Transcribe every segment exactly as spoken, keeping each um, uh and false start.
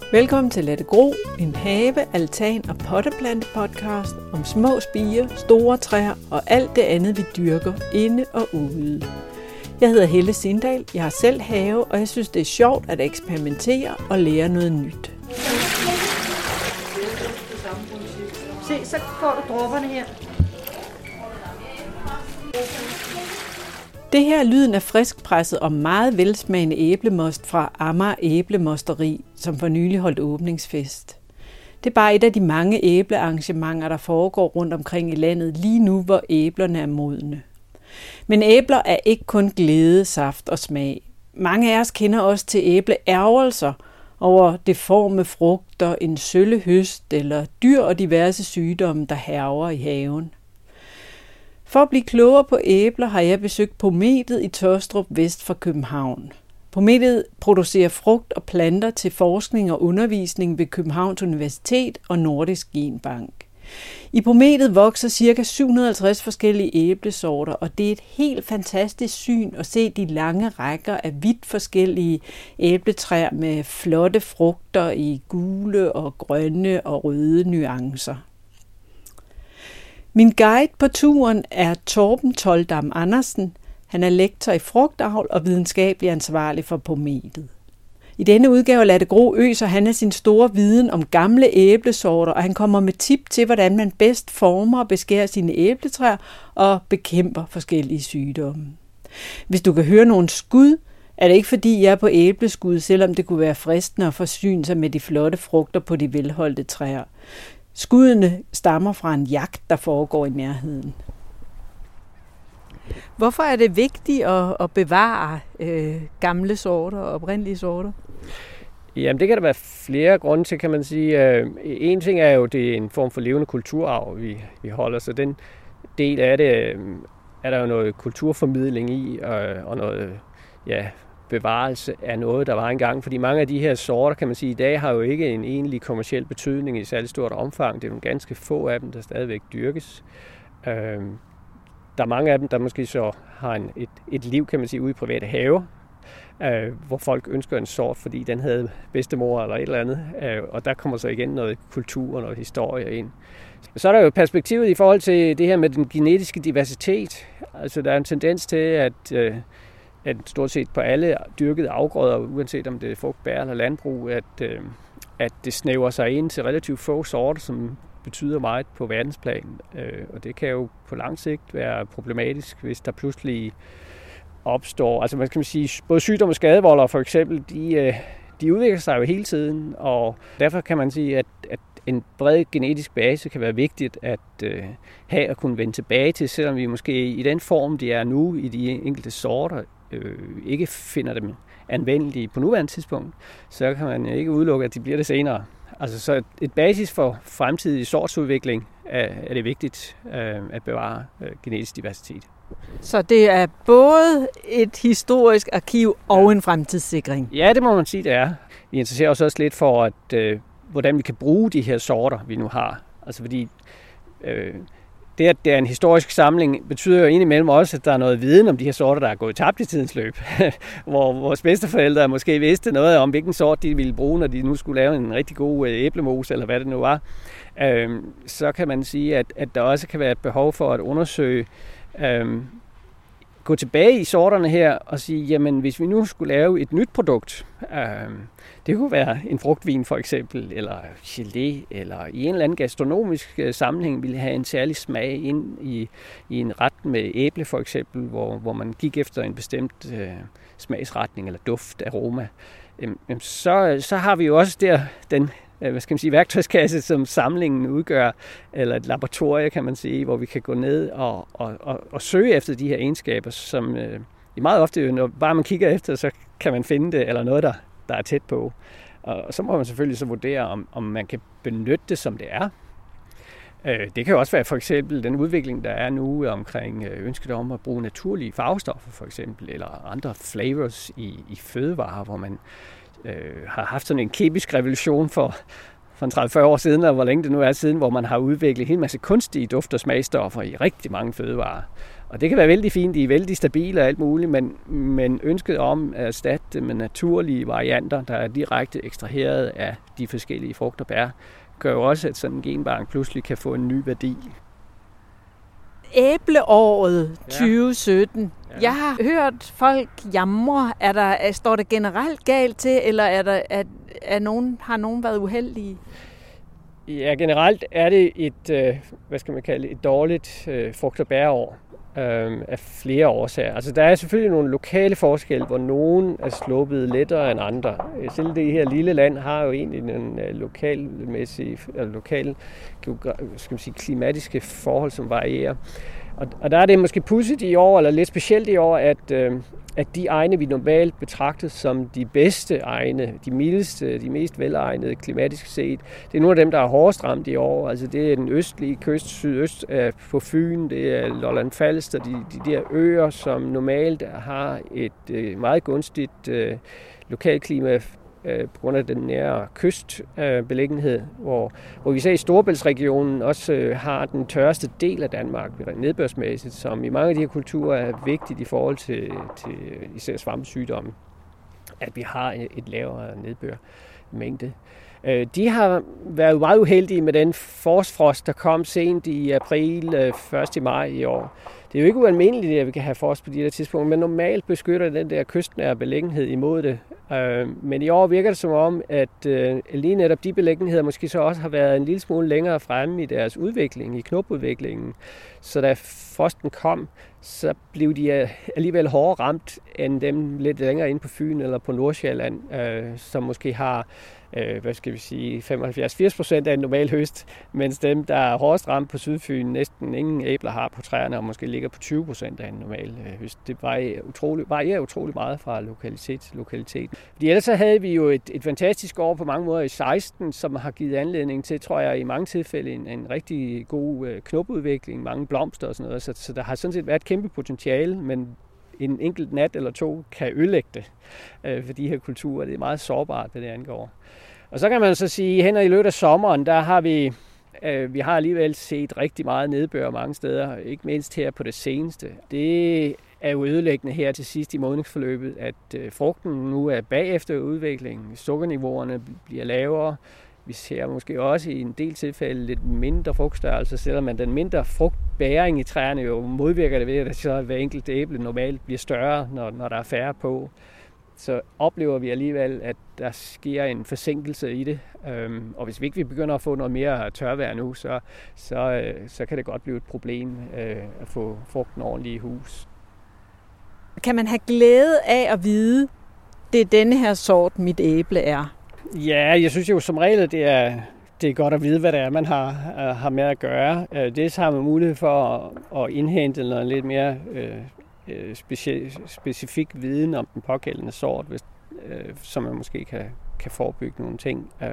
Velkommen til Lad det gro, en have-, altan- og potteplante-podcast om små spirer, store træer og alt det andet, vi dyrker inde og ude. Jeg hedder Helle Sindal, jeg har selv have, og jeg synes, det er sjovt at eksperimentere og lære noget nyt. Se, så får du dråberne her. Det her er lyden af friskpresset og meget velsmagende æblemost fra Amager Æblemosteri, som for nylig holdt åbningsfest. Det er bare et af de mange æblearrangementer, der foregår rundt omkring i landet lige nu, hvor æblerne er modne. Men æbler er ikke kun glæde, saft og smag. Mange af os kender også til æbleærgelser over deforme frugter, en sølle høst eller dyr og diverse sygdomme, der hærger i haven. For at blive klogere på æbler har jeg besøgt Pometet i Taastrup vest for København. Pometet producerer frugt og planter til forskning og undervisning ved Københavns Universitet og Nordisk Genbank. I Pometet vokser ca. syv hundrede og halvtreds forskellige æblesorter, og det er et helt fantastisk syn at se de lange rækker af vidt forskellige æbletræer med flotte frugter i gule og grønne og røde nuancer. Min guide på turen er Torben Toldam Andersen. Han er lektor i frugtavl og videnskabelig ansvarlig for Pometet. I denne udgave af Lad det gro øser han af sin store viden om gamle æblesorter, og han kommer med tip til, hvordan man bedst former og beskærer sine æbletræer og bekæmper forskellige sygdomme. Hvis du kan høre nogle skud, er det ikke fordi jeg er på æbleskud, selvom det kunne være fristende at forsyne sig med de flotte frugter på de velholdte træer. Skuddene stammer fra en jagt, der foregår i nærheden. Hvorfor er det vigtigt at, at bevare øh, gamle sorter og oprindelige sorter? Jamen det kan der være flere grunde til, kan man sige. En ting er jo, det er en form for levende kulturarv, vi, vi holder, så den del af det er der jo noget kulturformidling i, og, og noget ja, bevarelse af noget, der var engang. Fordi mange af de her sorter, kan man sige, i dag har jo ikke en egentlig kommerciel betydning i særlig stort omfang. Det er nogle ganske få af dem, der stadigvæk dyrkes. Der er mange af dem, der måske så har en, et, et liv, kan man sige, ude i private haver, øh, hvor folk ønsker en sort, fordi den havde bedstemor eller et eller andet. Øh, og der kommer så igen noget kultur og noget historie ind. Så er der jo perspektivet i forhold til det her med den genetiske diversitet. Altså der er en tendens til, at, øh, at stort set på alle dyrkede afgrøder, uanset om det er frugtbær eller landbrug, at, øh, at det snæver sig ind til relativt få sorter, som betyder meget på verdensplan, øh, og det kan jo på lang sigt være problematisk, hvis der pludselig opstår, altså man skal sige, både sygdom og skadevoldere for eksempel, de, øh, de udvikler sig jo hele tiden, og derfor kan man sige, at, at en bred genetisk base kan være vigtigt at øh, have og kunne vende tilbage til, selvom vi måske i den form, de er nu i de enkelte sorter, øh, ikke finder dem anvendelige på nuværende tidspunkt, så kan man ikke udelukke, at de bliver det senere. Altså så et basis for fremtidig sortsudvikling er, er det vigtigt øh, at bevare øh, genetisk diversitet. Så det er både et historisk arkiv og en fremtidssikring? Ja, det må man sige, det er. Vi interesserer os også lidt for, at, øh, hvordan vi kan bruge de her sorter, vi nu har. Altså fordi øh, det, at det er en historisk samling, betyder jo indimellem også, at der er noget viden om de her sorter, der er gået tabt i tidens løb. Hvor vores bedsteforældre måske vidste noget om, hvilken sort de ville bruge, når de nu skulle lave en rigtig god æblemos, eller hvad det nu var. Øhm, så kan man sige, at, at der også kan være et behov for at undersøge, øhm, gå tilbage i sorterne her og sige, jamen hvis vi nu skulle lave et nyt produkt, øhm, det kunne være en frugtvin for eksempel, eller gelé, eller i en eller anden gastronomisk sammenhæng ville have en særlig smag ind i, i en ret med æble for eksempel, hvor, hvor man gik efter en bestemt øh, smagsretning eller duft, aroma. Øhm, så, så har vi jo også der den hvad skal man sige, værktøjskasse, som samlingen udgør, eller et laboratorie, kan man sige, hvor vi kan gå ned og, og, og, og søge efter de her egenskaber, som øh, meget ofte, når bare man kigger efter, så kan man finde det, eller noget, der, der er tæt på. Og så må man selvfølgelig så vurdere, om, om man kan benytte det, som det er. Øh, det kan jo også være for eksempel den udvikling, der er nu omkring ønsket om at bruge naturlige farvestoffer, for eksempel, eller andre flavors i, i fødevarer, hvor man Øh, har haft sådan en kemisk revolution for, for tredive til fyrre år siden, og hvor længe det nu er siden, hvor man har udviklet en hel masse kunstige duft- og smagstoffer i rigtig mange fødevarer. Og det kan være vældig fint, de er vældig stabile og alt muligt, men, men ønsket om at erstatte det med naturlige varianter, der er direkte ekstraheret af de forskellige frugt og bær, gør jo også, at sådan en genbank pludselig kan få en ny værdi. Æbleåret tyve sytten. Ja. Jeg har hørt folk jamre. Er der, er, står det generelt galt til, eller er der, er, er nogen, har nogen været uheldige? Ja, generelt er det et, øh, hvad skal man kalde det, et dårligt øh, frugt- og bærår øh, af flere årsager. Altså, der er selvfølgelig nogle lokale forskelle, hvor nogen er sluppet lettere end andre. Selv det her lille land har jo egentlig en øh, lokalmæssige, eller lokale skal man sige, klimatiske forhold, som varierer. Og, og der er det måske pudsigt i år, eller lidt specielt i år, at, øh, at de egne, vi normalt betragtes som de bedste egne, de mildeste, de mest velegnede klimatisk set, det er nogle af dem, der er hårdest ramt i år. Altså det er den østlige kyst, sydøst på Fyn, det er Lolland Falster, de, de der øer, som normalt har et øh, meget gunstigt øh, lokalklima, på grund af den nære kystbeliggenhed, hvor, hvor vi ser i Storebæltsregionen også øh, har den tørreste del af Danmark nedbørsmæssigt, som i mange af de her kulturer er vigtigt i forhold til, til især svampesygdomme, at vi har et lavere nedbørmængde. Øh, de har været meget uheldige med den forårsfrost, der kom sent i april, øh, første maj i år. Det er jo ikke ualmindeligt, at vi kan have frost på de der tidspunkter, men normalt beskytter den der kystnære beliggenhed imod det. Men i år virker det som om, at lige netop de beliggenheder måske så også har været en lille smule længere fremme i deres udvikling, i knopudviklingen. Så da frosten kom, så blev de alligevel hårdere ramt end dem lidt længere inde på Fyn eller på Nordsjælland, som måske har hvad skal vi sige, femoghalvfjerds til firs procent af en normal høst, mens dem, der er hårdest ramt på Sydfyn, næsten ingen æbler har på træerne, og måske ligger på tyve procent af en normal høst. Det varierer utrolig, varierer utrolig meget fra lokalitet til lokalitet. Fordi ellers så havde vi jo et, et fantastisk år på mange måder i seksten, som har givet anledning til, tror jeg, i mange tilfælde en, en rigtig god øh, knopudvikling, mange blomster og sådan noget, så, så der har sådan set været et kæmpe potentiale, men en enkelt nat eller to kan ødelægge det øh, for de her kulturer. Det er meget sårbart, hvad det angår. Og så kan man så sige, at hen i løbet af sommeren, der har vi, øh, vi har alligevel set rigtig meget nedbør mange steder, ikke mindst her på det seneste. Det er jo ødelæggende her til sidst i modningsforløbet, at øh, frugten nu er bagefter udviklingen. Sukkerniveauerne bliver lavere. Vi ser måske også i en del tilfælde lidt mindre frugtstørrelse, selvom man den mindre frugtbæring i træerne jo modvirker det ved, at så hver enkelt æble normalt bliver større, når, når der er færre på. Så oplever vi alligevel, at der sker en forsinkelse i det. Øhm, og hvis vi ikke begynder at få noget mere tørvejr nu, så, så, øh, så kan det godt blive et problem øh, at få frugten ordentligt i hus. Kan man have glæde af at vide, det er denne her sort, mit æble er? Ja, jeg synes jo som regel, det er, det er godt at vide, hvad det er, man har, har med at gøre. Det har man mulighed for at, at indhente noget lidt mere øh, speci- specifik viden om den pågældende sort, hvis, øh, så man måske kan, kan forebygge nogle ting. Øh,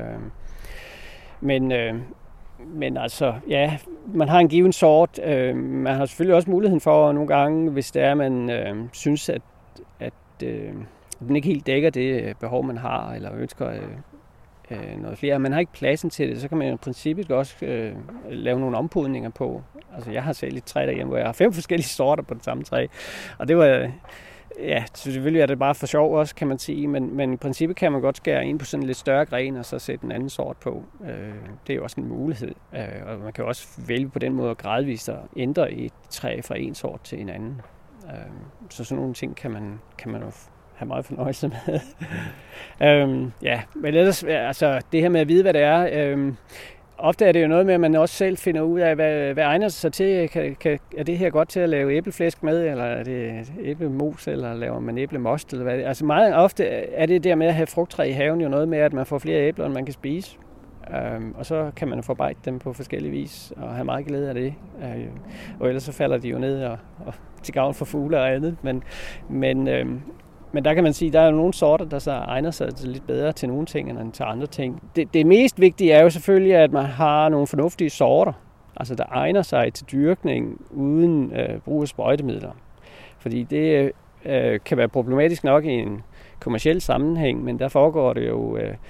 men, øh, men altså, ja, man har en given sort. Øh, man har selvfølgelig også muligheden for nogle gange, hvis det er, man øh, synes, at, at øh, den ikke helt dækker det behov, man har, eller ønsker øh, øh, noget flere. Man har ikke pladsen til det, så kan man i princippet også øh, lave nogle ompodninger på. Altså, jeg har selv et træ derhjemme, hvor jeg har fem forskellige sorter på det samme træ. Og det var, ja, selvfølgelig er det bare for sjov også, kan man sige, men, men i princippet kan man godt skære ind på sådan en lidt større gren, og så sætte en anden sort på. Øh, det er jo også en mulighed. Øh, og man kan også vælge på den måde gradvist at ændre et træ fra en sort til en anden. Øh, så sådan nogle ting kan man, kan man jo have meget fornøjelse med. øhm, ja, men ellers, altså det her med at vide, hvad det er, øhm, ofte er det jo noget med, at man også selv finder ud af, hvad, hvad egner sig til. Kan, kan, er det her godt til at lave æbleflæsk med, eller er det æblemos, eller laver man æblemost, eller hvad? Altså meget ofte er det der med at have frugttræ i haven jo noget med, at man får flere æbler, end man kan spise. Øhm, og så kan man forarbejde dem på forskellige vis, og have meget glæde af det. Øh, og ellers så falder de jo ned og, og til gavn for fugle og andet. Men, men øhm, Men der kan man sige, at der er nogle sorter, der så egner sig lidt bedre til nogle ting end til andre ting. Det, det mest vigtige er jo selvfølgelig, at man har nogle fornuftige sorter, altså der egner sig til dyrkning uden øh, brug af sprøjtemidler. Fordi det øh, kan være problematisk nok i en kommerciel sammenhæng, men der foregår det jo øh,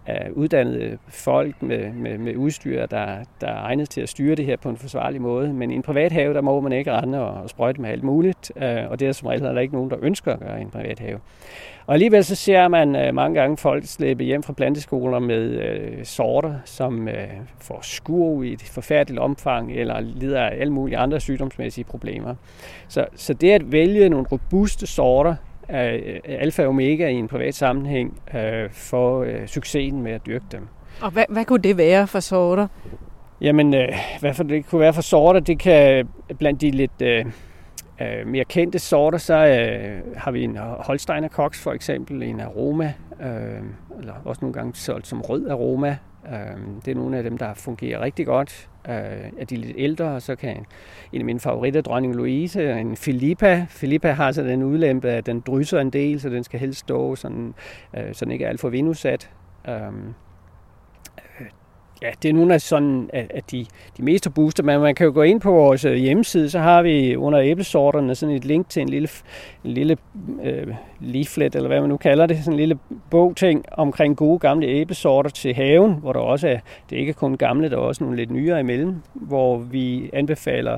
af uddannede folk med, med, med udstyr, der, der er egnet til at styre det her på en forsvarlig måde. Men i en privat have, der må man ikke rende og, og sprøjte med alt muligt, øh, og det er som regel der ikke nogen, der ønsker at gøre i en privat have. Og alligevel så ser man øh, mange gange folk slæbe hjem fra planteskoler med øh, sorter, som øh, får skurv i et forfærdeligt omfang, eller lider af alle mulige andre sygdomsmæssige problemer. Så, så det at vælge nogle robuste sorter, af alfa og omega i en privat sammenhæng øh, for øh, succesen med at dyrke dem. Og hvad, hvad kunne det være for sorter? Jamen, øh, hvad for det kunne være for sorter, det kan blandt de lidt øh, øh, mere kendte sorter, så øh, har vi en Holsteiner Koks for eksempel, en aroma, øh, eller også nogle gange solgt som rød aroma. Øh, det er nogle af dem, der fungerer rigtig godt. Øh, er de lidt ældre, og så kan en af mine favoritter, Dronning Louise, en Filippa. Filippa har så den udlempe, at den drysser en del, så den skal helst stå, sådan, øh, så den ikke er alt for vindudsat. Øh, Ja, det er nogle af, sådan, af de, de mest robuste, men man kan jo gå ind på vores hjemmeside, så har vi under æblesorterne sådan et link til en lille, en lille øh, leaflet, eller hvad man nu kalder det, sådan en lille bogting omkring gode gamle æblesorter til haven, hvor der også er, det er ikke kun gamle, der er også nogle lidt nyere imellem, hvor vi anbefaler,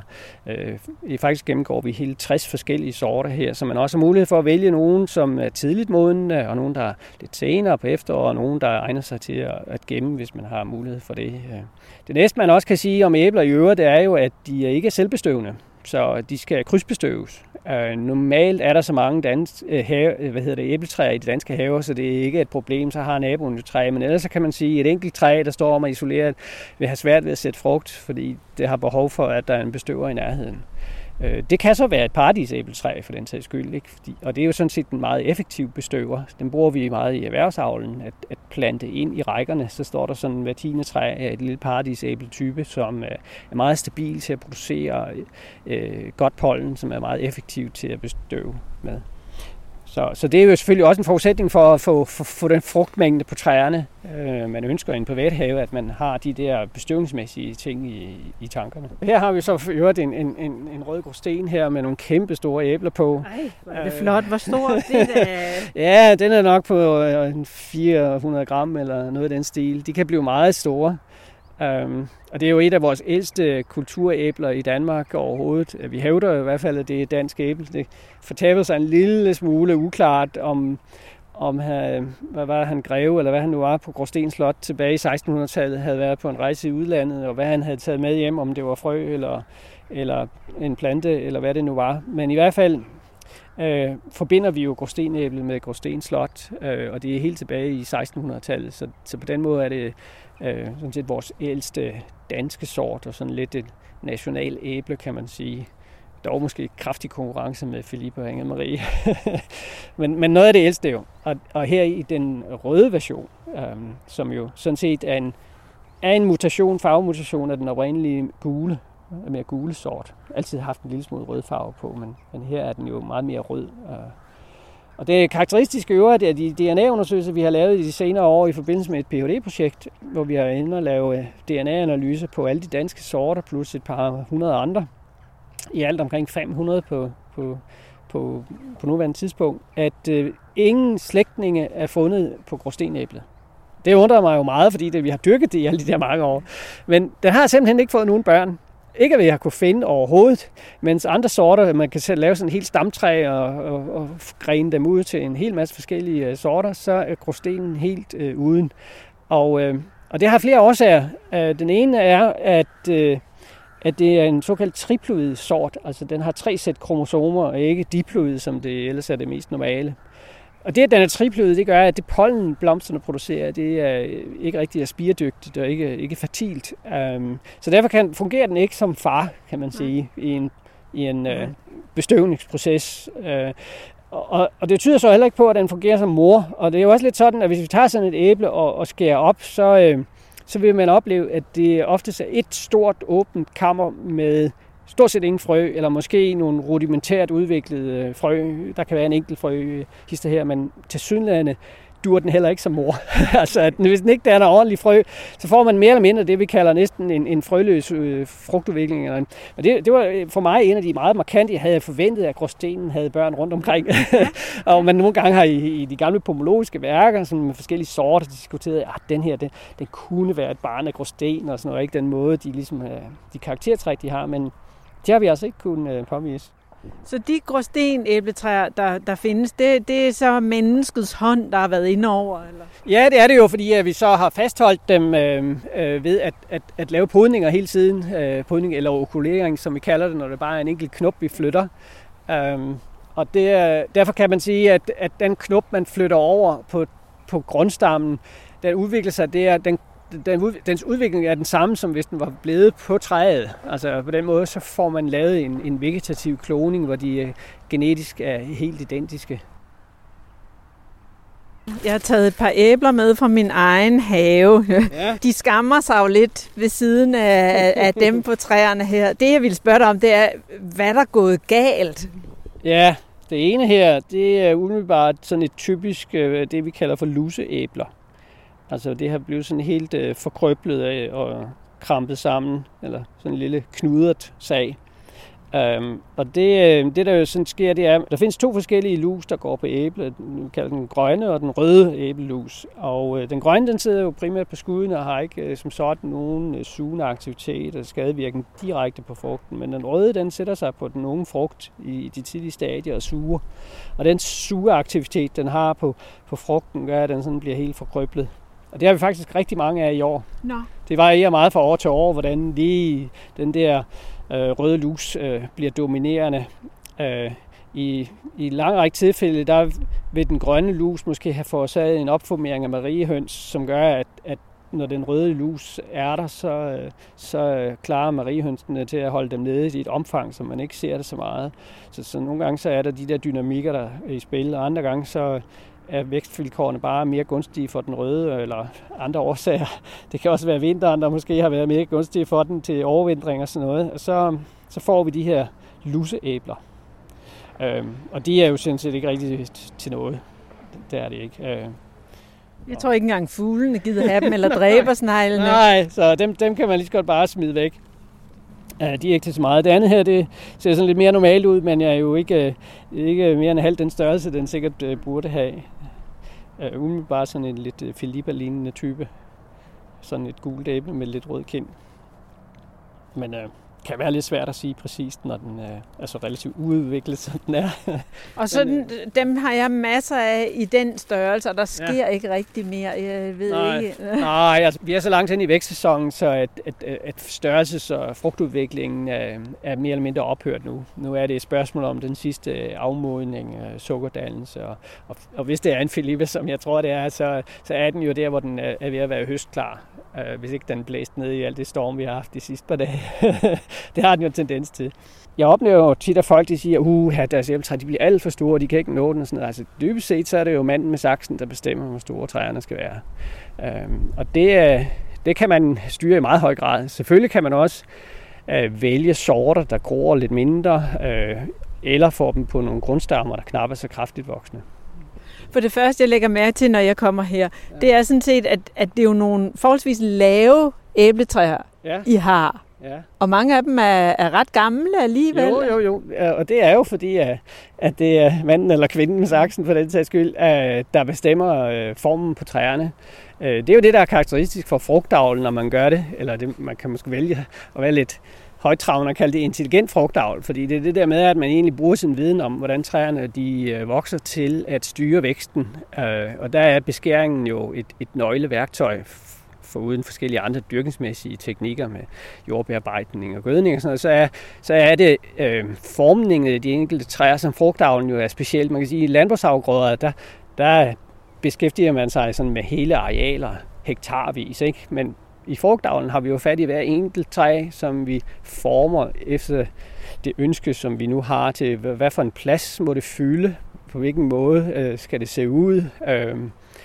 øh, faktisk gennemgår vi hele tres forskellige sorter her, så man også har mulighed for at vælge nogen, som er tidligt modne, og nogen, der er lidt senere på efteråret, og nogen, der egner sig til at, at gemme, hvis man har mulighed for det. Det næste, man også kan sige om æbler i øvrigt, det er jo, at de ikke er selvbestøvende, så de skal krydsbestøves. Uh, normalt er der så mange dans, uh, have, hvad hedder det, æbletræer i de danske haver, så det er ikke et problem, så har naboen jo træ. Men ellers så kan man sige, at et enkelt træ, der står om at isolere, vil have svært ved at sætte frugt, fordi det har behov for, at der er en bestøver i nærheden. Uh, det kan så være et paradisæbletræ for den sags skyld, ikke? Fordi, og det er jo sådan set en meget effektiv bestøver. Den bruger vi meget i erhvervsavlen, at, at plante ind i rækkerne. Så står der sådan hver tiende træ af et lille paradisæbletype, som uh, er meget stabil til at producere uh, godt pollen, som er meget effektiv til at bestøve med. Så, så det er jo selvfølgelig også en forudsætning for at få, for, for den frugtmængde på træerne, øh, man ønsker i en privat have, at man har de der bestøvningsmæssige ting i, i tankerne. Her har vi så for øvrigt en, en, en, en rød gråsten her med nogle kæmpe store æbler på. Ej, hvor er det flot. Hvor stor er det? Ja, den er nok på fire hundrede gram eller noget af den stil. De kan blive meget store. Um, og det er jo et af vores ældste kulturæbler i Danmark overhovedet. Vi hævder i hvert fald, at det er dansk æble. Det fortabede sig en lille smule uklart, om, om han, hvad var han greve, eller hvad han nu var på Gråsten Slot tilbage i sekstenhundredetallet, havde været på en rejse i udlandet, og hvad han havde taget med hjem, om det var frø eller, eller en plante, eller hvad det nu var. Men i hvert fald øh, forbinder vi jo Gråstenæblet med Gråsten Slot, øh, og det er helt tilbage i sekstenhundredetallet, så, så på den måde er det øh, sådan set vores ældste danske sort, og sådan lidt et national æble, kan man sige. Dog måske kraftig konkurrence med Filippa og Inge-Marie. men, men noget af det ældste jo. Og, og her i den røde version, øh, som jo sådan set er en, er en mutation, farvemutation af den oprindelige gule, mere gule sort. Altid haft en lille smule rød farve på, men, men her er den jo meget mere rød. Og det karakteristiske øvrigt er de D N A-undersøgelser, vi har lavet i de senere år i forbindelse med et P H D-projekt, hvor vi har inde og lave D N A-analyser på alle de danske sorter, plus et par hundrede andre. I alt omkring fem hundrede på, på, på, på nuværende tidspunkt, at øh, ingen slægtninge er fundet på gråstenæblet. Det undrer mig jo meget, fordi det, vi har dyrket det i alle de der mange år. Men den har simpelthen ikke fået nogen børn. Ikke at vi har kunne finde overhovedet, mens andre sorter, man kan selv lave sådan en helt stamtræ og, og, og grene dem ud til en hel masse forskellige uh, sorter, så er gråstenen helt uh, uden. Og, uh, og det har flere årsager. Uh, den ene er, at, uh, at det er en såkaldt triploid sort, altså den har tre sæt kromosomer og ikke diploid, som det ellers er det mest normale. Og det, at den er triploid, det gør, at det pollen, blomsterne producerer, det er ikke rigtig er spiredygtigt og ikke, ikke fertilt. Um, så derfor kan, fungerer den ikke som far, kan man sige, i en, i en uh, bestøvningsproces. Uh, og, og det tyder så heller ikke på, at den fungerer som mor. Og det er jo også lidt sådan, at hvis vi tager sådan et æble og, og skærer op, så, uh, så vil man opleve, at det oftest er et stort åbent kammer med stort set ingen frø, eller måske nogle rudimentært udviklede frø. Der kan være en enkelt frø hister her, men tilsyneladende dur den heller ikke som mor. Altså, at hvis den ikke der er en ordentlig frø, så får man mere eller mindre det, vi kalder næsten en, en frøløs øh, frugtudvikling. Og det, det var for mig en af de meget markante. Jeg havde forventet, at gråstenen havde børn rundt omkring. Og man nogle gange har i, i de gamle pomologiske værker, sådan med forskellige sorter, diskuteret, at den her, den, den kunne være et barn af gråsten, og sådan noget, ikke den måde, de, ligesom, de karaktertræk, de har, men det har vi altså ikke kunnet påvise. Så de gråsten-æbletræer, der, der findes, det, det er så menneskets hånd, der har været inde over? Eller? Ja, det er det jo, fordi at vi så har fastholdt dem øh, øh, ved at, at, at lave podninger hele tiden. Øh, podning eller okulering, som vi kalder det, når det bare er en enkelt knop, vi flytter. Um, og det, derfor kan man sige, at, at den knop, man flytter over på, på grundstammen, den udvikler sig, det er, den, den, dens udvikling er den samme, som hvis den var blevet på træet. Altså på den måde, så får man lavet en, en vegetativ kloning, hvor de uh, genetisk er helt identiske. Jeg har taget et par æbler med fra min egen have. Ja. De skammer sig jo lidt ved siden af, af dem på træerne her. Det, jeg ville spørge dig om, det er, hvad der er gået galt? Ja, det ene her, det er umiddelbart sådan et typisk, det vi kalder for luseæbler. Altså det har blevet sådan helt forkrøblet og krampet sammen, eller sådan en lille knudret sag. Um, og det, det, der jo sådan sker, det er, der findes to forskellige lus, der går på æble. Vi kalder den grønne og den røde æblelus. Og uh, den grønne, den sidder jo primært på skuddene og har ikke uh, som sådan nogen uh, sugende aktivitet og skadevirkning direkte på frugten. Men den røde, den sætter sig på den unge frugt i de tidlige stadier og suger. Og den sugeaktivitet, den har på, på frugten, gør, at den sådan bliver helt forkrøblet. Og det har vi faktisk rigtig mange af i år. Nå. Det varierer meget fra år til år, hvordan lige den der øh, røde lus øh, bliver dominerende. Øh, i, I lang række tilfælde, der vil den grønne lus måske have forårsaget en opformering af mariehøns, som gør, at, at når den røde lus er der, så, øh, så klarer mariehønsene til at holde dem nede i et omfang, så man ikke ser det så meget. Så, så nogle gange så er der de der dynamikker, der er i spil, og andre gange så er vækstvilkårene bare mere gunstige for den røde, eller andre årsager. Det kan også være vinteren, der måske har været mere gunstige for den til overvintring og sådan noget. Og så, så får vi de her luseæbler. Øhm, og de er jo sådan set ikke rigtig til noget. Det er det ikke. Øh, Jeg tror ikke engang fuglene gider have dem, eller dræber sneglene. Nej, så dem, dem kan man lige så godt bare smide væk. Ja, de er ikke til så meget. Det andet her, det ser sådan lidt mere normalt ud, men jeg er jo ikke, ikke mere end halv den størrelse, den sikkert uh, burde have. Uh, umiddelbart sådan en lidt uh, Filippa-lignende type. Sådan et gult æble med lidt rød kind. Men uh, kan være lidt svært at sige præcist, når den uh, er så relativt uudviklet, som den er. Og så den, dem har jeg masser af i den størrelse, og der sker ja. ikke rigtig mere. Jeg ved Nej. ikke. Nej, altså, vi er så langt hen i vækstsæsonen, så at, at, at størrelses- og frugtudviklingen er, er mere eller mindre ophørt nu. Nu er det et spørgsmål om den sidste afmodning, sukkerdannelse, og, og, og hvis det er en Filippa, som jeg tror det er, så, så er den jo der, hvor den er ved at være høstklar. Uh, hvis ikke den blæst ned i alt det storm, vi har haft de sidste par dage. Det har den jo en tendens til. Jeg oplever jo tit, at folk de siger, uh, at deres æbletræer de bliver alt for store, og de kan ikke nå den. Og sådan noget. Altså dybest set, så er det jo manden med saksen, der bestemmer, hvor store træerne skal være. Uh, og det, det kan man styre i meget høj grad. Selvfølgelig kan man også uh, vælge sorter, der gror lidt mindre, uh, eller få dem på nogle grundstammer, der knap er så kraftigt voksne. For det første, jeg lægger mærke til, når jeg kommer her, ja. det er sådan set, at, at det er jo nogle forholdsvis lave æbletræer, ja. I har. Ja. Og mange af dem er, er ret gamle alligevel. Jo, jo, jo. Og det er jo fordi, at det er manden eller kvinden med saksen for den sags skyld, der bestemmer formen på træerne. Det er jo det, der er karakteristisk for frugtavl, når man gør det. Eller det, man kan måske vælge at være lidt højtravende og kalde det intelligent frugtavl, fordi det er det der med, at man egentlig bruger sin viden om, hvordan træerne de vokser til at styre væksten. Og der er beskæringen jo et, et nøgleværktøj foruden forskellige andre dyrkningsmæssige teknikker med jordbearbejdning og gødning og sådan noget, så er, så er det øh, formningen af de enkelte træer, som frugtavlen jo er specielt. Man kan sige, i landbrugsafgrøder, der, der beskæftiger man sig sådan med hele arealer, hektarvis, ikke? Men i frugtavlen har vi jo fat i hver enkelt træ, som vi former efter det ønske, som vi nu har til, hvad for en plads må det fylde, på hvilken måde øh, skal det se ud. Øh,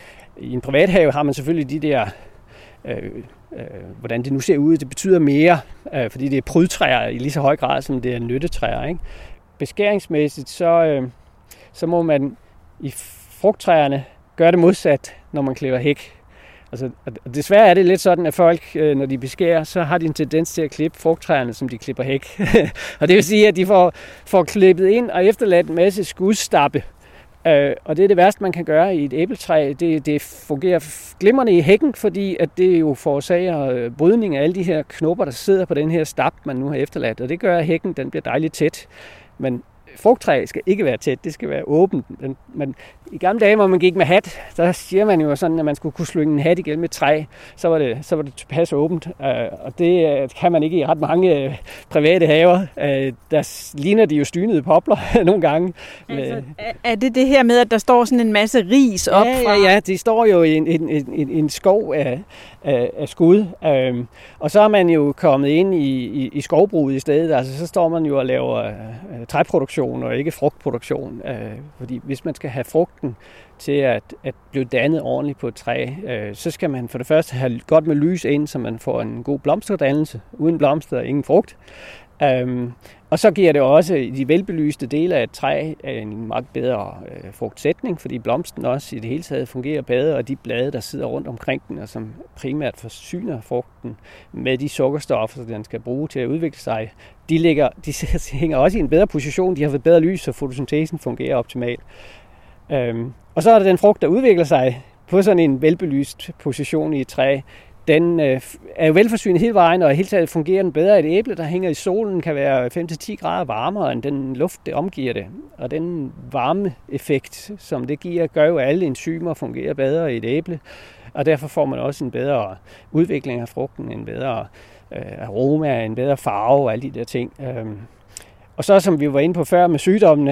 I en privathave har man selvfølgelig de der, øh, øh, hvordan det nu ser ud, det betyder mere, øh, fordi det er prydtræer i lige så høj grad, som det er nyttetræer, ikke? Beskæringsmæssigt, så, øh, så må man i frugttræerne gøre det modsat, når man klipper hæk. Altså, desværre er det lidt sådan, at folk, når de beskærer, så har de en tendens til at klippe frugttræerne, som de klipper hæk. Og det vil sige, at de får, får klippet ind og efterladt en masse skudstappe. Og det er det værste, man kan gøre i et æbletræ. Det, det fungerer glimrende i hækken, fordi at det jo forårsager brydning af alle de her knopper, der sidder på den her stap, man nu har efterladt. Og det gør, at hækken den bliver dejligt tæt. Men frugttræ skal ikke være tæt, det skal være åbent. Men i gamle dage, hvor man gik med hat, der siger man jo sådan, at man skulle kunne slynge en hat igennem et træ, så var det, så var det tilpas åbent. Og det kan man ikke i ret mange private haver. Der ligner de jo stynede popler nogle gange. Altså, er det det her med, at der står sådan en masse ris op ja, fra? Ja, ja, de står jo i en, en, en, en skov af, af, af skud. Og så er man jo kommet ind i, i, i skovbruget i stedet. Altså, så står man jo og laver træproduktion og ikke frugtproduktion. Fordi hvis man skal have frugten til at, at blive dannet ordentligt på et træ, øh, så skal man for det første have godt med lys ind, så man får en god blomsterdannelse. Uden blomster ingen frugt. Um, og så giver det også i de velbelyste dele af et træ en meget bedre øh, frugtsætning, fordi blomsten også i det hele taget fungerer bedre, og de blade, der sidder rundt omkring den, og som primært forsyner frugten med de sukkerstoffer, den skal bruge til at udvikle sig, de, ligger, de hænger også i en bedre position, de har fået bedre lys, så fotosyntesen fungerer optimalt. Um, og så er der den frugt, der udvikler sig på sådan en velbelyst position i et træ. Den øh, er jo velforsynet hele vejen, og i hele taget fungerer den bedre. Et æble, der hænger i solen, kan være fem til ti grader varmere end den luft, det omgiver det. Og den varmeeffekt, som det giver, gør jo, at alle enzymer fungerer bedre i et æble. Og derfor får man også en bedre udvikling af frugten, en bedre øh, aroma, en bedre farve og alle de der ting. Øhm. Og så, som vi var inde på før med sygdommene,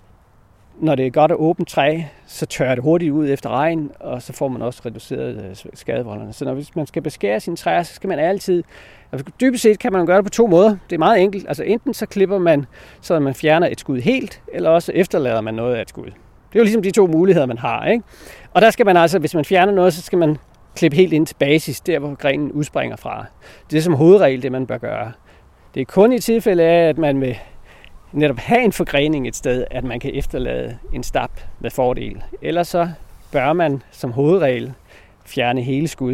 når det er godt og åbent træ, så tørrer det hurtigt ud efter regn, og så får man også reduceret skadevolderne. Så når hvis man skal beskære sine træer, så skal man altid... Altså, dybest set kan man gøre det på to måder. Det er meget enkelt. Altså enten så klipper man, så man fjerner et skud helt, eller også efterlader man noget af et skud. Det er jo ligesom de to muligheder, man har, ikke? Og der skal man altså, hvis man fjerner noget, så skal man klippe helt ind til basis, der hvor grenen udspringer fra. Det er som hovedregel det, man bør gøre. Det er kun i tilfælde af, at man vil netop have en forgrening et sted, at man kan efterlade en stap med fordel. Ellers så bør man som hovedregel fjerne hele skud.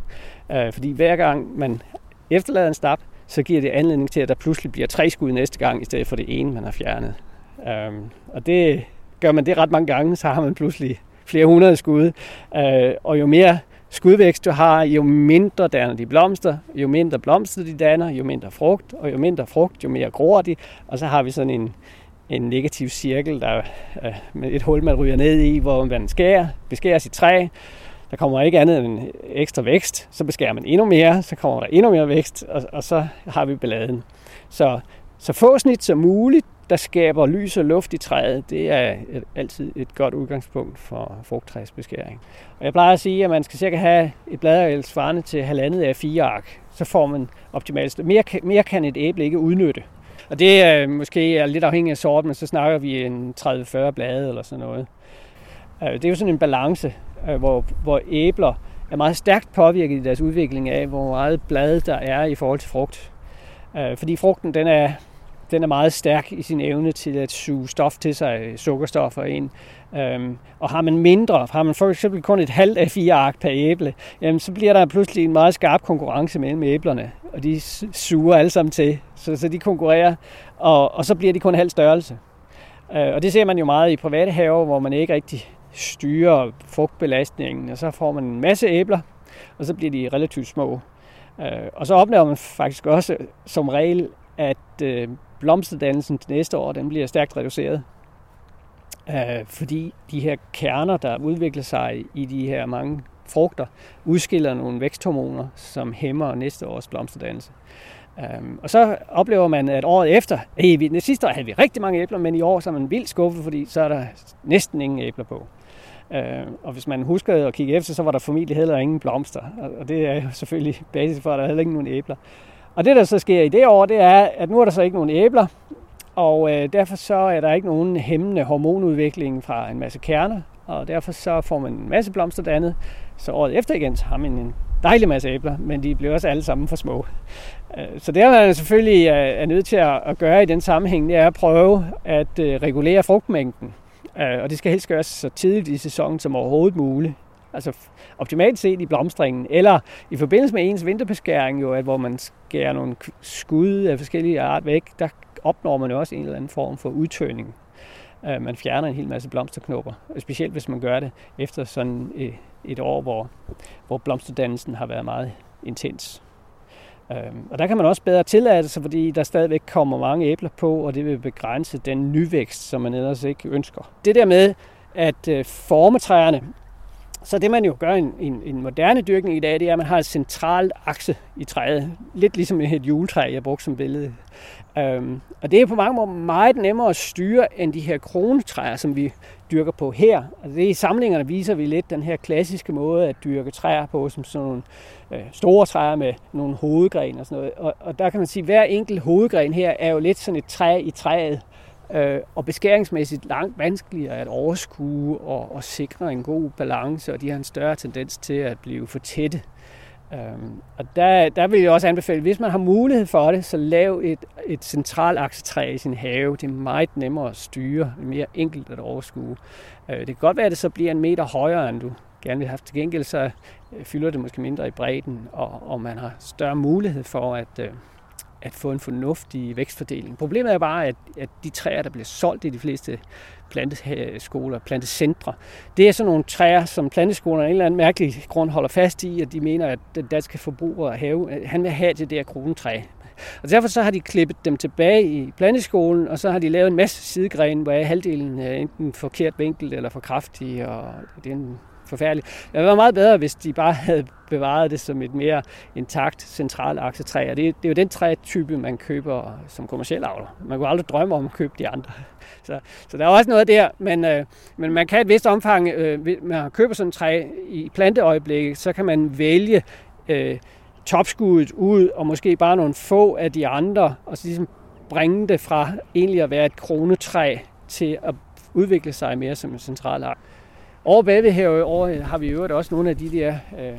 Øh, fordi hver gang man efterlader en stap, så giver det anledning til, at der pludselig bliver tre skud næste gang, i stedet for det ene, man har fjernet. Øh, og det gør man det ret mange gange, så har man pludselig flere hundrede skud. Øh, og jo mere skudvækst du har, jo mindre danner de blomster, jo mindre blomster de danner, jo mindre frugt, og jo mindre frugt, jo mere gror de, og så har vi sådan en, en negativ cirkel, der øh, med et hul, man ryger ned i, hvor man skærer, beskærer sit træ, der kommer ikke andet end ekstra vækst, så beskærer man endnu mere, så kommer der endnu mere vækst, og, og så har vi balladen. Så, så få snit som muligt, der skaber lys og luft i træet, det er et, altid et godt udgangspunkt for frugttræsbeskæring. Og jeg plejer at sige, at man skal cirka have et bladareal svarende til halvandet af fire ark. Så får man optimalt. Mere, mere kan et æble ikke udnytte. Og det er måske er lidt afhængigt af sorten, men så snakker vi en tredive til fyrre blade eller sådan noget. Det er jo sådan en balance, hvor, hvor æbler er meget stærkt påvirket i deres udvikling af, hvor meget blade der er i forhold til frugt. Fordi frugten, den er Den er meget stærk i sin evne til at suge stof til sig, sukkerstoffer ind. Øhm, og har man mindre, har man for eksempel kun et halvt af fire ark per æble, jamen så bliver der pludselig en meget skarp konkurrence mellem æblerne, og de suger alle sammen til, så, så de konkurrerer, og, og så bliver de kun halv størrelse. Øh, og det ser man jo meget i private haver, hvor man ikke rigtig styrer frugtbelastningen, og så får man en masse æbler, og så bliver de relativt små. Øh, og så opnår man faktisk også som regel, at øh, blomsterdannelsen til næste år, den bliver stærkt reduceret. Øh, fordi de her kerner, der udvikler sig i de her mange frugter, udskiller nogle væksthormoner, som hæmmer næste års blomsterdannelse. Øh, og så oplever man, at året efter, hey, sidste år havde vi rigtig mange æbler, men i år så er man vildt skuffet, fordi så er der næsten ingen æbler på. Øh, og hvis man husker at kigge efter, så var der formentlig heller ingen blomster. Og det er jo selvfølgelig basis for, at der er heller ikke nogen æbler. Og det, der så sker i det år, det er, at nu er der så ikke nogen æbler, og øh, derfor så er der ikke nogen hæmmende hormonudvikling fra en masse kerner, og derfor så får man en masse blomster dannet. Så året efter igen, så har man en dejlig masse æbler, men de bliver også alle sammen for små. Så det, man selvfølgelig er nødt til at gøre i den sammenhæng, det er at prøve at regulere frugtmængden. Og det skal helst gøres så tidligt i sæsonen som overhovedet muligt. Altså optimalt set i blomstringen, eller i forbindelse med ens vinterbeskæring, jo, at hvor man skærer nogle skud af forskellige art væk, der opnår man jo også en eller anden form for udtørning. Man fjerner en hel masse blomsterknopper, specielt hvis man gør det efter sådan et år, hvor, hvor blomsterdannelsen har været meget intens. Og der kan man også bedre tillade sig, fordi der stadigvæk kommer mange æbler på, og det vil begrænse den nyvækst, som man ellers ikke ønsker. Det der med at forme træerne, så det man jo gør i en, en, en moderne dyrkning i dag, det er, at man har en central akse i træet. Lidt ligesom et juletræ, jeg brugte som billede. Um, og det er på mange måder meget nemmere at styre end de her kronetræer, som vi dyrker på her. Altså det i samlingerne viser vi lidt den her klassiske måde at dyrke træer på, som sådan nogle øh, store træer med nogle hovedgren og sådan noget. Og, og der kan man sige, at hver enkelt hovedgren her er jo lidt sådan et træ i træet. Øh, og beskæringsmæssigt langt vanskeligere at overskue og, og sikre en god balance, og de har en større tendens til at blive for tætte. Um, og der, der vil jeg også anbefale, hvis man har mulighed for det, så lav et, et centralaksetræ i sin have. Det er meget nemmere at styre, mere enkelt at overskue. Uh, det kan godt være, at det så bliver en meter højere, end du gerne vil have. Til gengæld så uh, fylder det måske mindre i bredden, og, og man har større mulighed for at, uh, at få en fornuftig vækstfordeling. Problemet er bare, at, at de træer, der bliver solgt i de fleste planteskoler, plantecentre, det er sådan nogle træer, som planteskolerne af en eller anden mærkelig grund holder fast i, at de mener, at den danske forbruger have, han vil have det der kronetræ. Og derfor så har de klippet dem tilbage i planteskolen, og så har de lavet en masse sidegrene, hvor halvdelen er enten forkert vinkel eller for kraftig, og det er en forfærdeligt. Det ville være meget bedre, hvis de bare havde bevaret det som et mere intakt centralaksetræ. Og det, det er jo den trætype, man køber som kommerciel avler. Man kunne aldrig drømme om at købe de andre. Så, så der er også noget der, men, øh, men man kan et vist omfang, øh, man køber sådan et træ i planteøjeblikket, så kan man vælge øh, topskuddet ud, og måske bare nogle få af de andre, og så ligesom bringe det fra egentlig at være et kronetræ til at udvikle sig mere som en centralakt. Over bagved herovre har vi i øvrigt også nogle af de der øh,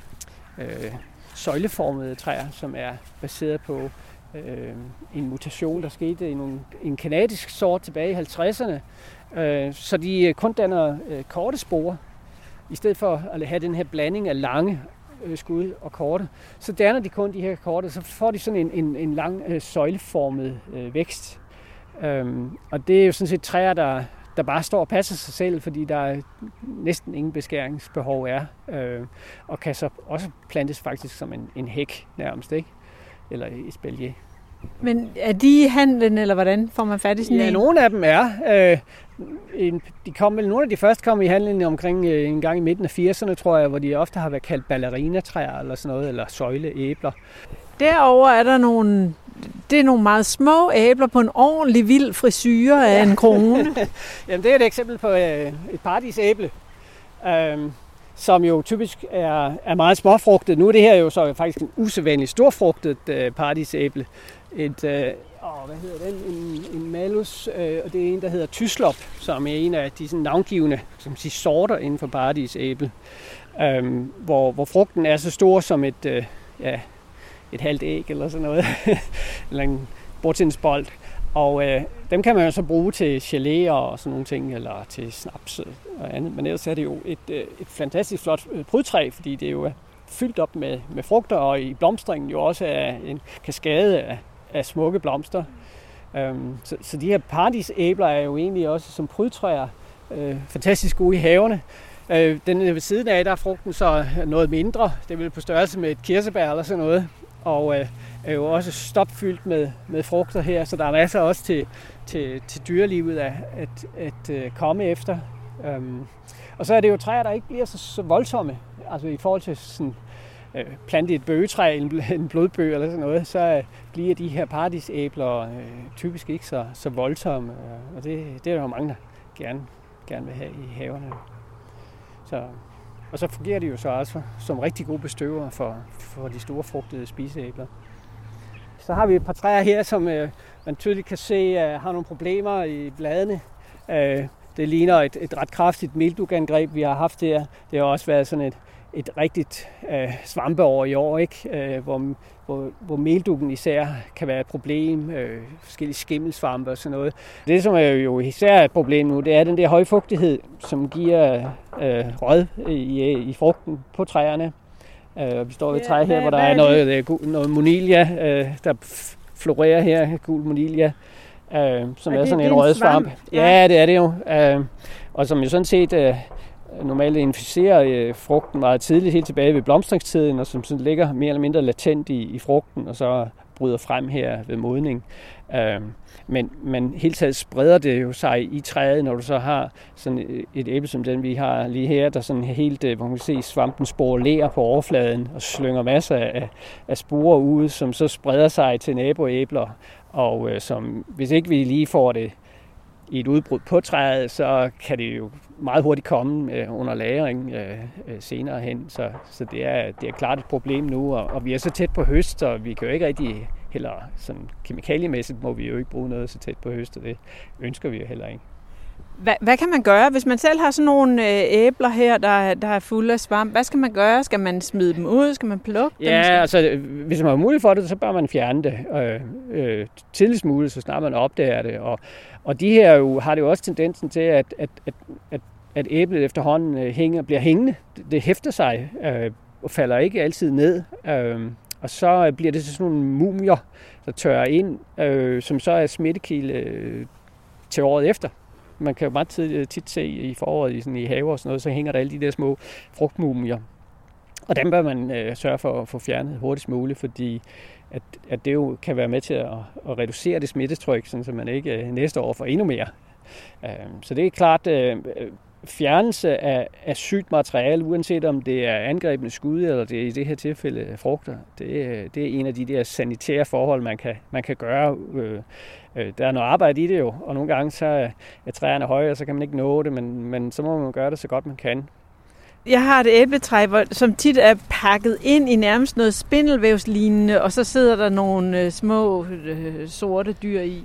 øh, søjleformede træer, som er baseret på øh, en mutation, der skete i, nogle, i en kanadisk sort tilbage i halvtredserne. Øh, så de kun danner øh, korte sporer, i stedet for at have den her blanding af lange øh, skud og korte. Så danner de kun de her korte, så får de sådan en, en, en lang øh, søjleformet øh, vækst. Øh, og det er jo sådan set træer, der der bare står og passer sig selv, fordi der næsten ingen beskæringsbehov er, øh, og kan så også plantes faktisk som en, en hæk nærmest, ikke? Eller et espalier. Men er de i handlen, eller hvordan får man fat i sådan ja, en? nogle af dem er. Øh, en, de kom vel, nogle af de første kom i handlen omkring øh, en gang i midten af firserne, tror jeg, hvor de ofte har været kaldt ballerinatræer eller sådan noget, eller søjleæbler. Derover er der nogle, det er nogle meget små æbler på en ordentlig vild frisyre af ja. en krone. Jamen det er et eksempel på øh, et paradisæble, øh, som jo typisk er, er meget småfrugtet. Nu er det her jo så faktisk en usædvanlig storfrugtet øh, paradisæble. Et, øh, åh, hvad hedder den? En, en malus, øh, og det er en, der hedder Tyslop, som er en af de sådan, navngivende som siger, sorter inden for paradisæble, øh, hvor, hvor frugten er så stor som et, øh, ja, et halvt æg eller sådan noget, eller en bordtennisbold. Og øh, dem kan man jo så bruge til gelé og sådan nogle ting, eller til snaps og andet. Men ellers er det jo et, øh, et fantastisk flot prydtræ, fordi det jo er fyldt op med, med frugter, og i blomstringen jo også er en kaskade af, af smukke blomster. Um, så, så de her paradisæbler er jo egentlig også som prydtræer øh, fantastisk gode i haverne. Øh, den ved siden af, der er frugten så noget mindre. Det vil på størrelse med et kirsebær eller sådan noget. Og øh, er jo også stopfyldt med, med frugter her, så der er masser også til, til, til dyrelivet at, at, at, at komme efter. Um, og så er det jo træer, der ikke bliver så, så voldsomme. Altså i forhold til sådan, øh, plante et bøgetræ, en, en blodbøg eller sådan noget, så øh, bliver de her paradisæbler øh, typisk ikke så, så voldsomme. Og det, det er der jo mange, der gerne, gerne vil have i haverne. Så, og så fungerer de jo så også som rigtig gode bestøvere for, for de store frugtede spiseæbler. Så har vi et par træer her, som øh, man tydeligt kan se øh, har nogle problemer i bladene. Øh, det ligner et, et ret kraftigt mildugangreb, vi har haft her. Det har også været sådan et, et rigtigt øh, svampeår i år, ikke? Øh, hvor, hvor, hvor meldukken især kan være et problem, øh, forskellige skimmelsvampe og sådan noget. Det, som er jo især et problem nu, det er den der høje fugtighed, som giver øh, rød i, i frugten på træerne. Øh, vi står ved et træ her, hvor der er noget, noget monilia, øh, der florerer her, gul monilia, øh, som er, er sådan en rød svamp. Ja, det er det jo. Øh, og som jo sådan set øh, normalt inficerer øh, frugten meget tidligt, helt tilbage ved blomstringstiden, og som sådan ligger mere eller mindre latent i, i frugten, og så bryder frem her ved modning. Øh, men, men helt taget spreder det jo sig i træet, når du så har sådan et æble som den, vi har lige her, der sådan helt, hvor man kan se svampen sporerer på overfladen og slynger masser af, af sporer ud, som så spreder sig til naboæbler, og øh, som, hvis ikke vi lige får det i et udbrud på træet, så kan det jo meget hurtigt komme øh, under lagring øh, øh, senere hen. Så, så det, er, det er klart et problem nu, og, og vi er så tæt på høst, så vi kan jo ikke rigtig, heller sådan kemikaliemæssigt må vi jo ikke bruge noget så tæt på høst, og det ønsker vi jo heller ikke. Hvad, hvad kan man gøre, hvis man selv har sådan nogle øh, æbler her, der, der er fulde af svamp? Hvad skal man gøre? Skal man smide dem ud? Skal man plukke dem? Ja, altså hvis man har mulighed for det, så bør man fjerne det øh, øh, tidligst muligt, så snart man opdager det. Og, og de her jo, har det jo også tendensen til, at, at, at, at, at æblet efterhånden øh, hænger, bliver hængende. Det, det hæfter sig øh, og falder ikke altid ned. Øh, og så bliver det sådan nogle mumier, der tørrer ind, øh, som så er smittekilde øh, til året efter. Man kan jo meget tit se i foråret i, sådan, i haver og sådan noget, så hænger der alle de der små frugtmumier. Og dem bør man øh, sørge for at få fjernet hurtigst muligt, fordi at, at det jo kan være med til at, at reducere det smittetryk, så man ikke øh, næste år får endnu mere. Øh, så det er klart, øh, fjernelse af, af sygt materiale, uanset om det er angrebne skud, eller det er i det her tilfælde frugter, det, det er en af de der sanitære forhold, man kan, man kan gøre. Øh, Der er noget arbejde i det jo, og nogle gange så er træerne høje, og så kan man ikke nå det, men, men så må man gøre det så godt man kan. Jeg har et æbletræ, som tit er pakket ind i nærmest noget spindelvævslignende, og så sidder der nogle øh, små øh, sorte dyr i.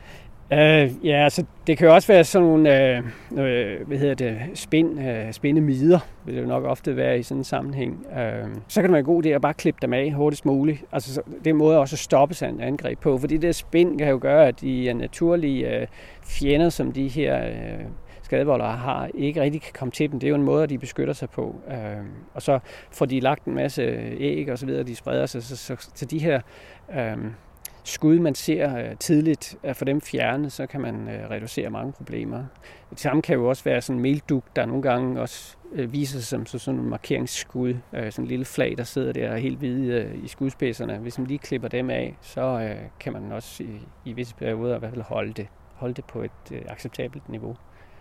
Uh, ja, altså det kan jo også være sådan nogle, uh, uh, hvad hedder det, spind, uh, spindemider, vil det jo nok ofte være i sådan en sammenhæng. Uh, så kan det være god idé at bare klippe dem af hurtigst muligt. Altså det er en måde også at stoppe sig en angreb på, fordi det der spind kan jo gøre, at de er naturlige uh, fjender, som de her uh, skadevoldere har, ikke rigtig kan komme til dem. Det er jo en måde, at de beskytter sig på. Uh, og så får de lagt en masse æg og så videre, de spreder sig, så, så, så de her uh, skud, man ser øh, tidligt at få dem fjernet, så kan man øh, reducere mange problemer. Det samme kan jo også være sådan en meldug, der nogle gange også øh, viser sig som så sådan en markeringsskud. Øh, sådan en lille flag, der sidder der helt hvide øh, i skudspidserne. Hvis man lige klipper dem af, så øh, kan man også i, i visse perioder i hvert fald holde det, holde det på et øh, acceptabelt niveau.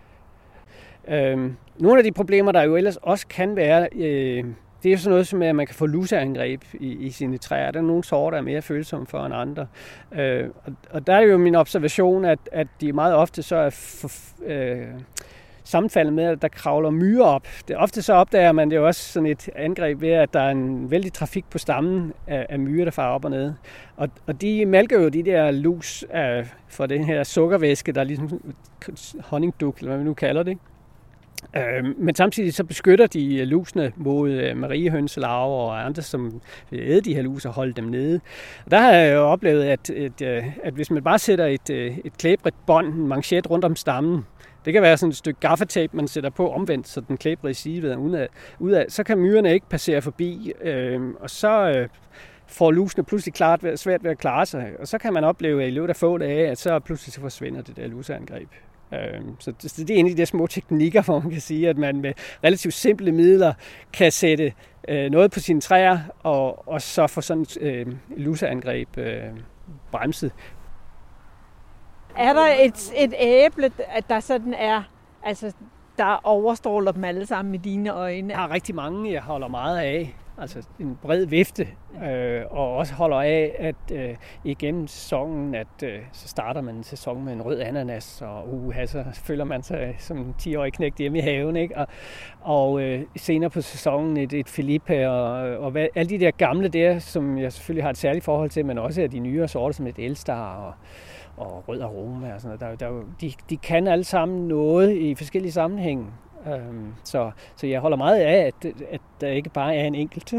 Øh, nogle af de problemer, der jo ellers også kan være, øh, det er jo sådan noget som, at man kan få luseangreb i, i sine træer. Der er nogle sorter, der er mere følsomme for end andre. Øh, og, og der er jo min observation, at, at de meget ofte så er for, øh, sammenfaldet med, at der kravler myrer op. Det, ofte så opdager man det jo også sådan et angreb ved, at der er en vældig trafik på stammen af, af myrer, der farer op og ned. Og, og de malker jo de der lus af, for den her sukkervæske, der er ligesom honningdug, eller hvad vi nu kalder det. Øh, men samtidig så beskytter de lusene mod øh, mariehønselarver og andre, som vil æde de her lus og holde dem nede. Og der har jeg jo oplevet, at, at, at hvis man bare sætter et, et klæbrigt bånd, en manchet rundt om stammen, det kan være sådan et stykke gaffatape, man sætter på omvendt, så den klæbrige side ved udad, udad, så kan myrerne ikke passere forbi, øh, og så øh, får lusene pludselig klart, svært ved at klare sig. Og så kan man opleve i løbet af få dage, at så pludselig så forsvinder det der luseangreb. Så det er en af de der små teknikker, hvor man kan sige, at man med relativt simple midler kan sætte noget på sine træer, og, og så få sådan et luseangreb bremset. Er der et, et æble, at der sådan er, altså der overstråler dem alle sammen i dine øjne? Jeg har rigtig mange, jeg holder meget af. Altså en bred vifte, øh, og også holder af, at øh, igennem sæsonen, at øh, så starter man en sæson med en rød ananas, og uh, så føler man sig som en ti-årig knægt hjemme i haven, ikke? Og, og øh, senere på sæsonen et, et Felipe, og, og hvad, alle de der gamle der, som jeg selvfølgelig har et særligt forhold til, men også er de nyere sorter, som et Elstar og, og rød aroma og sådan noget. Der, der, de, de kan alle sammen noget i forskellige sammenhænge. Øhm, så, så jeg holder meget af, at, at der ikke bare er en enkelt.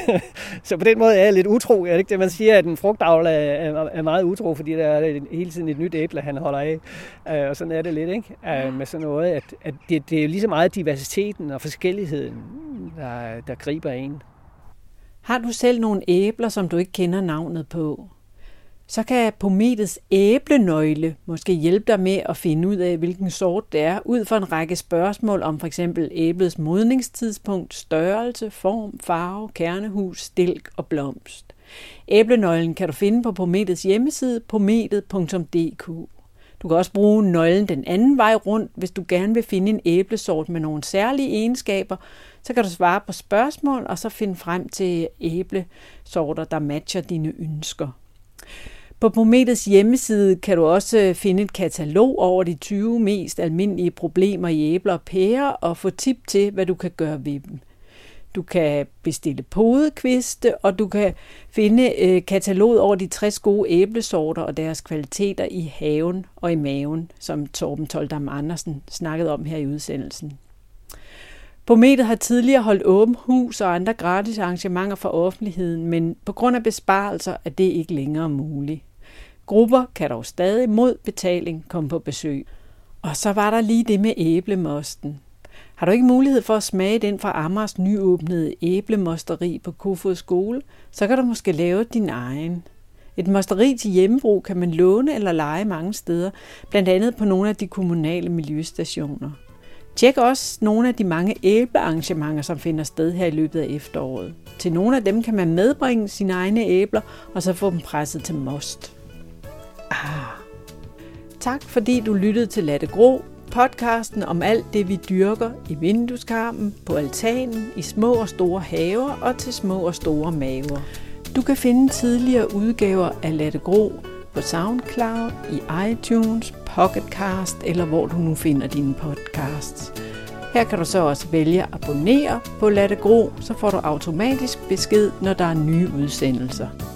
Så på den måde er jeg lidt utro. Er det ikke det, man siger, at en frugtavler er, er meget utro, fordi der er hele tiden et nyt æble, han holder af. Øh, og sådan er det lidt, ikke? Øh, med sådan noget, at, at det, det er lige så meget diversiteten og forskelligheden, der, der griber en. Har du selv nogle æbler, som du ikke kender navnet på? Så kan Pometids æblenøgle måske hjælpe dig med at finde ud af, hvilken sort det er, ud fra en række spørgsmål om f.eks. æblets modningstidspunkt, størrelse, form, farve, kernehus, stilk og blomst. Æblenøglen kan du finde på Pometids hjemmeside, pometed punktum d k. Du kan også bruge nøglen den anden vej rundt, hvis du gerne vil finde en æblesort med nogle særlige egenskaber. Så kan du svare på spørgsmål og så finde frem til æblesorter, der matcher dine ønsker. På Pometids hjemmeside kan du også finde et katalog over de tyve mest almindelige problemer i æbler og pærer og få tip til, hvad du kan gøre ved dem. Du kan bestille podekviste, og du kan finde øh, kataloget over de tres gode æblesorter og deres kvaliteter i haven og i maven, som Torben Toldam Andersen snakkede om her i udsendelsen. Pometed har tidligere holdt åbent hus og andre gratis arrangementer for offentligheden, men på grund af besparelser er det ikke længere muligt. Grupper kan dog stadig mod betaling komme på besøg. Og så var der lige det med æblemosten. Har du ikke mulighed for at smage den fra Amagers nyåbnede æblemosteri på Kofod Skole, så kan du måske lave din egen. Et mosteri til hjemmebrug kan man låne eller leje mange steder, blandt andet på nogle af de kommunale miljøstationer. Tjek også nogle af de mange æblearrangementer, som finder sted her i løbet af efteråret. Til nogle af dem kan man medbringe sine egne æbler, og så få dem presset til most. Ah. Tak fordi du lyttede til Lad det gro, podcasten om alt det, vi dyrker i vindueskarmen, på altanen, i små og store haver og til små og store maver. Du kan finde tidligere udgaver af Lad det gro på SoundCloud, i iTunes, Pocketcast eller hvor du nu finder dine podcasts. Her kan du så også vælge at abonnere på Lad det gro, så får du automatisk besked, når der er nye udsendelser.